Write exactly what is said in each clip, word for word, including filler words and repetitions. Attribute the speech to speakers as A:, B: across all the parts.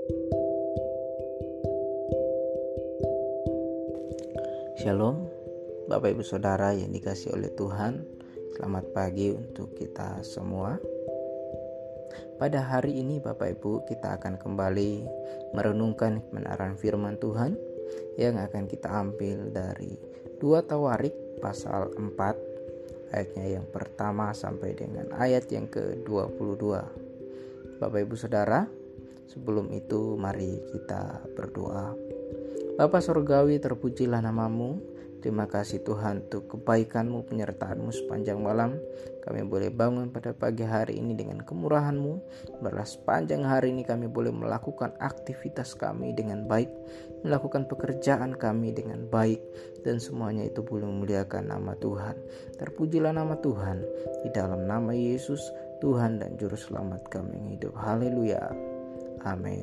A: Shalom, Bapak Ibu Saudara yang dikasihi oleh Tuhan. Selamat pagi untuk kita semua. Pada hari ini Bapak Ibu, kita akan kembali merenungkan kebenaran firman Tuhan yang akan kita ambil dari dua Tawarik pasal empat ayatnya yang pertama sampai dengan ayat yang ke dua puluh dua. Bapak Ibu Saudara, sebelum itu mari kita berdoa. Bapa Surgawi, terpujilah namamu. Terima kasih Tuhan untuk kebaikan-Mu, penyertaan-Mu sepanjang malam. Kami boleh bangun pada pagi hari ini dengan kemurahan-Mu. Biarlah sepanjang hari ini kami boleh melakukan aktivitas kami dengan baik, melakukan pekerjaan kami dengan baik, dan semuanya itu boleh memuliakan nama Tuhan. Terpujilah nama Tuhan. Di dalam nama Yesus, Tuhan dan Juru Selamat kami yang hidup. Haleluya. Amin.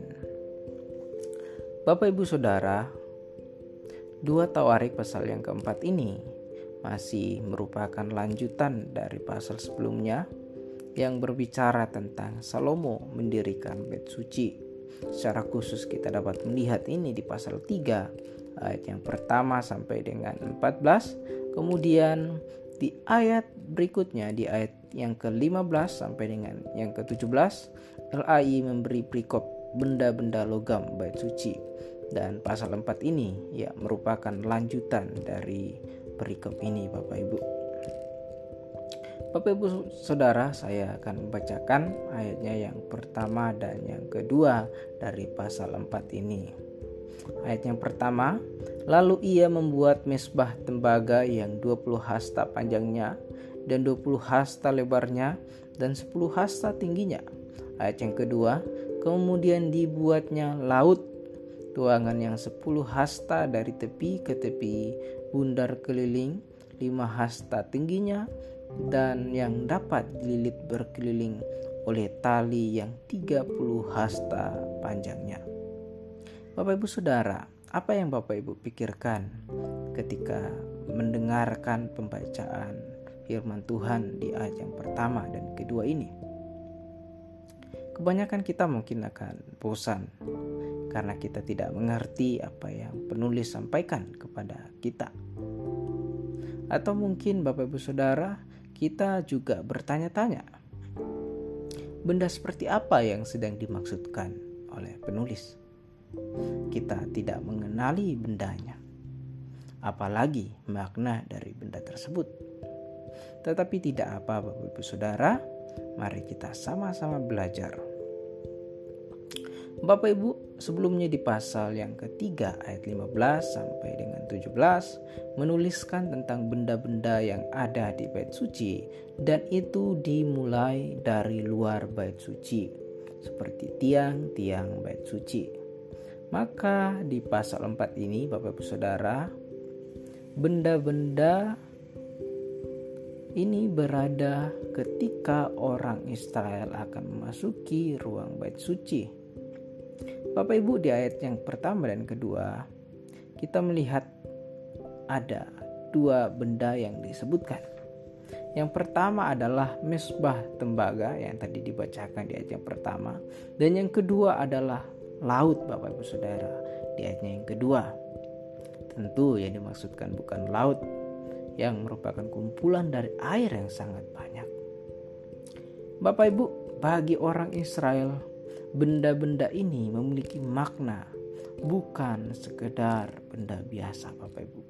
A: Bapak Ibu Saudara, dua Tawarik pasal yang keempat ini masih merupakan lanjutan dari pasal sebelumnya yang berbicara tentang Salomo mendirikan bait suci. Secara khusus kita dapat melihat ini di pasal tiga ayat yang pertama sampai dengan empat belas. Kemudian di ayat berikutnya, di ayat yang ke lima belas sampai dengan yang ke tujuh belas, L A I memberi perikop benda-benda logam bait suci. Dan pasal empat ini ya merupakan lanjutan dari perikop ini Bapak Ibu. Bapak Ibu Saudara, saya akan membacakan ayatnya yang pertama dan yang kedua dari pasal empat ini. Ayat yang pertama, lalu ia membuat mezbah tembaga yang dua puluh hasta panjangnya dan dua puluh hasta lebarnya dan sepuluh hasta tingginya. Ayat yang kedua, kemudian dibuatnya laut tuangan yang sepuluh hasta dari tepi ke tepi, bundar keliling lima hasta tingginya, dan yang dapat dililit berkeliling oleh tali yang tiga puluh hasta panjangnya. Bapak Ibu Saudara, apa yang Bapak Ibu pikirkan ketika mendengarkan pembacaan firman Tuhan di ayat yang pertama dan kedua ini? Kebanyakan kita mungkin akan bosan karena kita tidak mengerti apa yang penulis sampaikan kepada kita. Atau mungkin Bapak Ibu Saudara, kita juga bertanya-tanya, benda seperti apa yang sedang dimaksudkan oleh penulis? Kita tidak mengenali bendanya, apalagi makna dari benda tersebut. Tetapi tidak apa Bapak Ibu Saudara, mari kita sama-sama belajar. Bapak Ibu, sebelumnya di pasal yang ketiga ayat lima belas sampai dengan tujuh belas menuliskan tentang benda-benda yang ada di bait suci, dan itu dimulai dari luar bait suci seperti tiang-tiang bait suci. Maka di pasal empat ini Bapak Ibu Saudara, benda-benda ini berada ketika orang Israel akan memasuki ruang bait suci. Bapak Ibu, di ayat yang pertama dan kedua kita melihat ada dua benda yang disebutkan. Yang pertama adalah mezbah tembaga yang tadi dibacakan di ayat yang pertama, dan yang kedua adalah laut Bapak Ibu Saudara di ayatnya yang kedua. Tentu yang dimaksudkan bukan laut yang merupakan kumpulan dari air yang sangat banyak. Bapak Ibu, bagi orang Israel benda-benda ini memiliki makna, bukan sekedar benda biasa Bapak Ibu.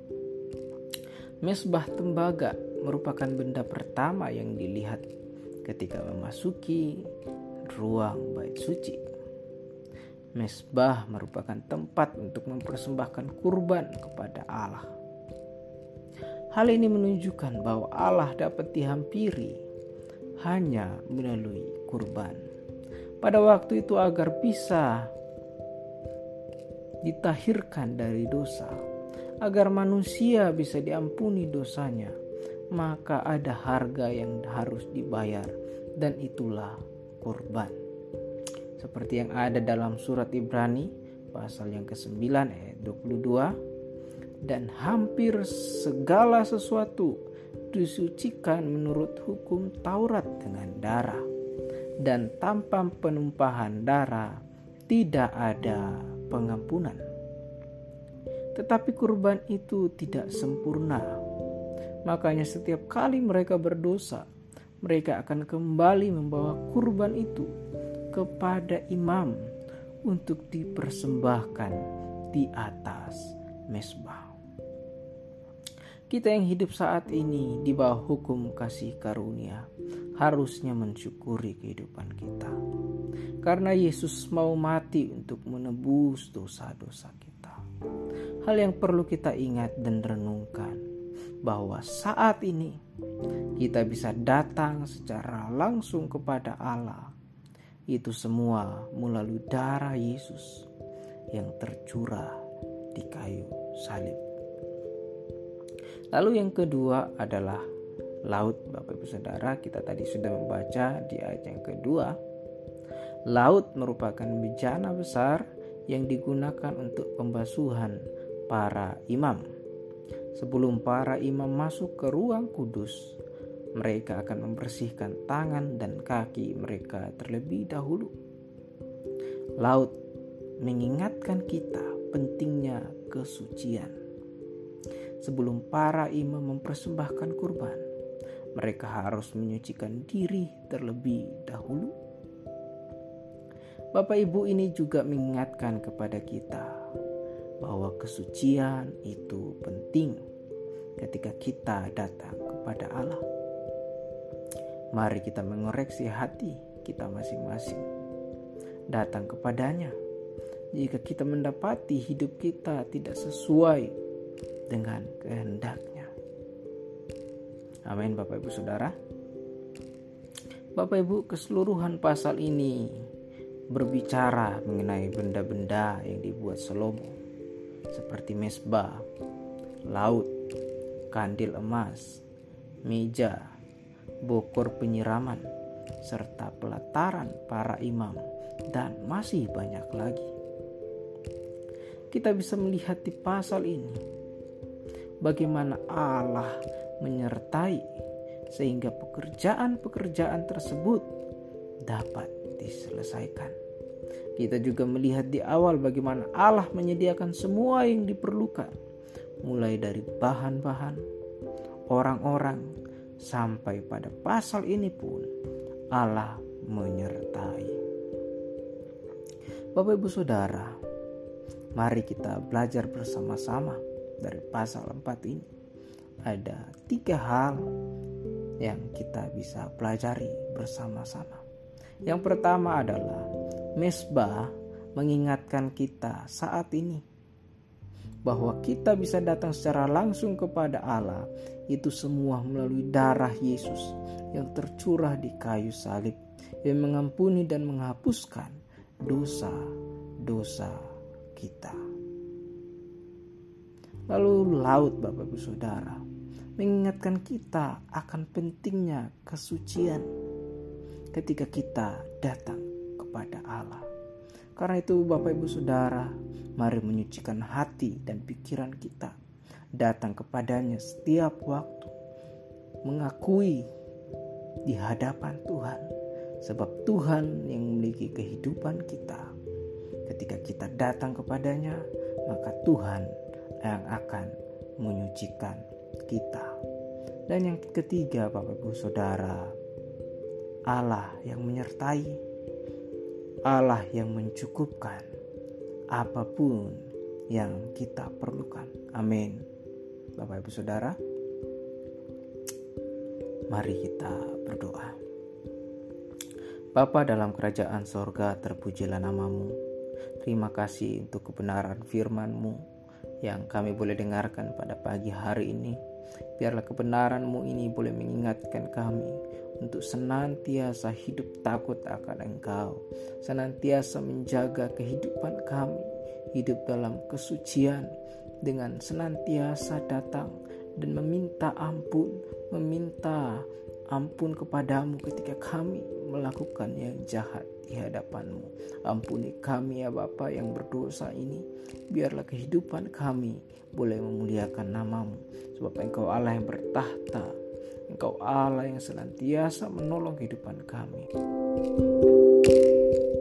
A: Mezbah tembaga merupakan benda pertama yang dilihat ketika memasuki ruang bait suci. Mezbah merupakan tempat untuk mempersembahkan kurban kepada Allah. Hal ini menunjukkan bahwa Allah dapat dihampiri hanya melalui kurban. Pada waktu itu agar bisa ditahirkan dari dosa, agar manusia bisa diampuni dosanya, maka ada harga yang harus dibayar, dan itulah kurban. Seperti yang ada dalam surat Ibrani pasal yang kesembilan ayat dua puluh dua, dan hampir segala sesuatu disucikan menurut hukum Taurat dengan darah, dan tanpa penumpahan darah tidak ada pengampunan. Tetapi kurban itu tidak sempurna. Makanya setiap kali mereka berdosa, mereka akan kembali membawa kurban itu kepada imam untuk dipersembahkan di atas mezbah. Kita yang hidup saat ini di bawah hukum kasih karunia harusnya mensyukuri kehidupan kita, karena Yesus mau mati untuk menebus dosa-dosa kita. Hal yang perlu kita ingat dan renungkan bahwa saat ini kita bisa datang secara langsung kepada Allah. Itu semua melalui darah Yesus yang tercurah di kayu salib. Lalu yang kedua adalah laut, Bapak Ibu Saudara. Kita tadi sudah membaca di ayat yang kedua. Laut merupakan bejana besar yang digunakan untuk pembasuhan para imam. Sebelum para imam masuk ke ruang kudus, mereka akan membersihkan tangan dan kaki mereka terlebih dahulu. Laut mengingatkan kita pentingnya kesucian. Sebelum para imam mempersembahkan kurban, mereka harus menyucikan diri terlebih dahulu. Bapak Ibu, ini juga mengingatkan kepada kita bahwa kesucian itu penting ketika kita datang kepada Allah. Mari kita mengoreksi hati kita masing-masing, datang kepadanya jika kita mendapati hidup kita tidak sesuai dengan kehendaknya. Amin, Bapak Ibu Saudara. Bapak Ibu, keseluruhan pasal ini berbicara mengenai benda-benda yang dibuat Salomo, seperti mezbah, laut, kandil emas, meja, bokor penyiraman, serta pelataran para imam, dan masih banyak lagi. Kita bisa melihat di pasal ini bagaimana Allah menyertai sehingga pekerjaan-pekerjaan tersebut dapat diselesaikan. Kita juga melihat di awal bagaimana Allah menyediakan semua yang diperlukan, mulai dari bahan-bahan, orang-orang, sampai pada pasal ini pun Allah menyertai. Bapak Ibu Saudara, mari kita belajar bersama-sama dari pasal empat ini. Ada tiga hal yang kita bisa pelajari bersama-sama. Yang pertama adalah mezbah mengingatkan kita saat ini bahwa kita bisa datang secara langsung kepada Allah, itu semua melalui darah Yesus yang tercurah di kayu salib, yang mengampuni dan menghapuskan dosa-dosa kita. Lalu laut, Bapak Ibu Saudara, mengingatkan kita akan pentingnya kesucian ketika kita datang kepada Allah. Karena itu Bapak Ibu Saudara, mari menyucikan hati dan pikiran kita, datang kepadanya setiap waktu, mengakui di hadapan Tuhan, sebab Tuhan yang memiliki kehidupan kita. Ketika kita datang kepadanya, maka Tuhan yang akan menyucikan kita. Dan yang ketiga, Bapak Ibu Saudara, Allah yang menyertai, Allah yang mencukupkan apapun yang kita perlukan. Amin. Bapak Ibu Saudara, mari kita berdoa. Bapa dalam kerajaan sorga, terpujilah namamu. Terima kasih untuk kebenaran firman-Mu yang kami boleh dengarkan pada pagi hari ini. Biarlah kebenaran-Mu ini boleh mengingatkan kami untuk senantiasa hidup takut akan Engkau, senantiasa menjaga kehidupan kami, hidup dalam kesucian, dengan senantiasa datang dan meminta ampun, meminta ampun kepadamu ketika kami melakukan yang jahat di hadapan-Mu. Ampuni kami ya Bapa yang berdosa ini. Biarlah kehidupan kami boleh memuliakan nama-Mu, sebab Engkau Allah yang bertahta, Engkau Allah yang senantiasa menolong kehidupan kami.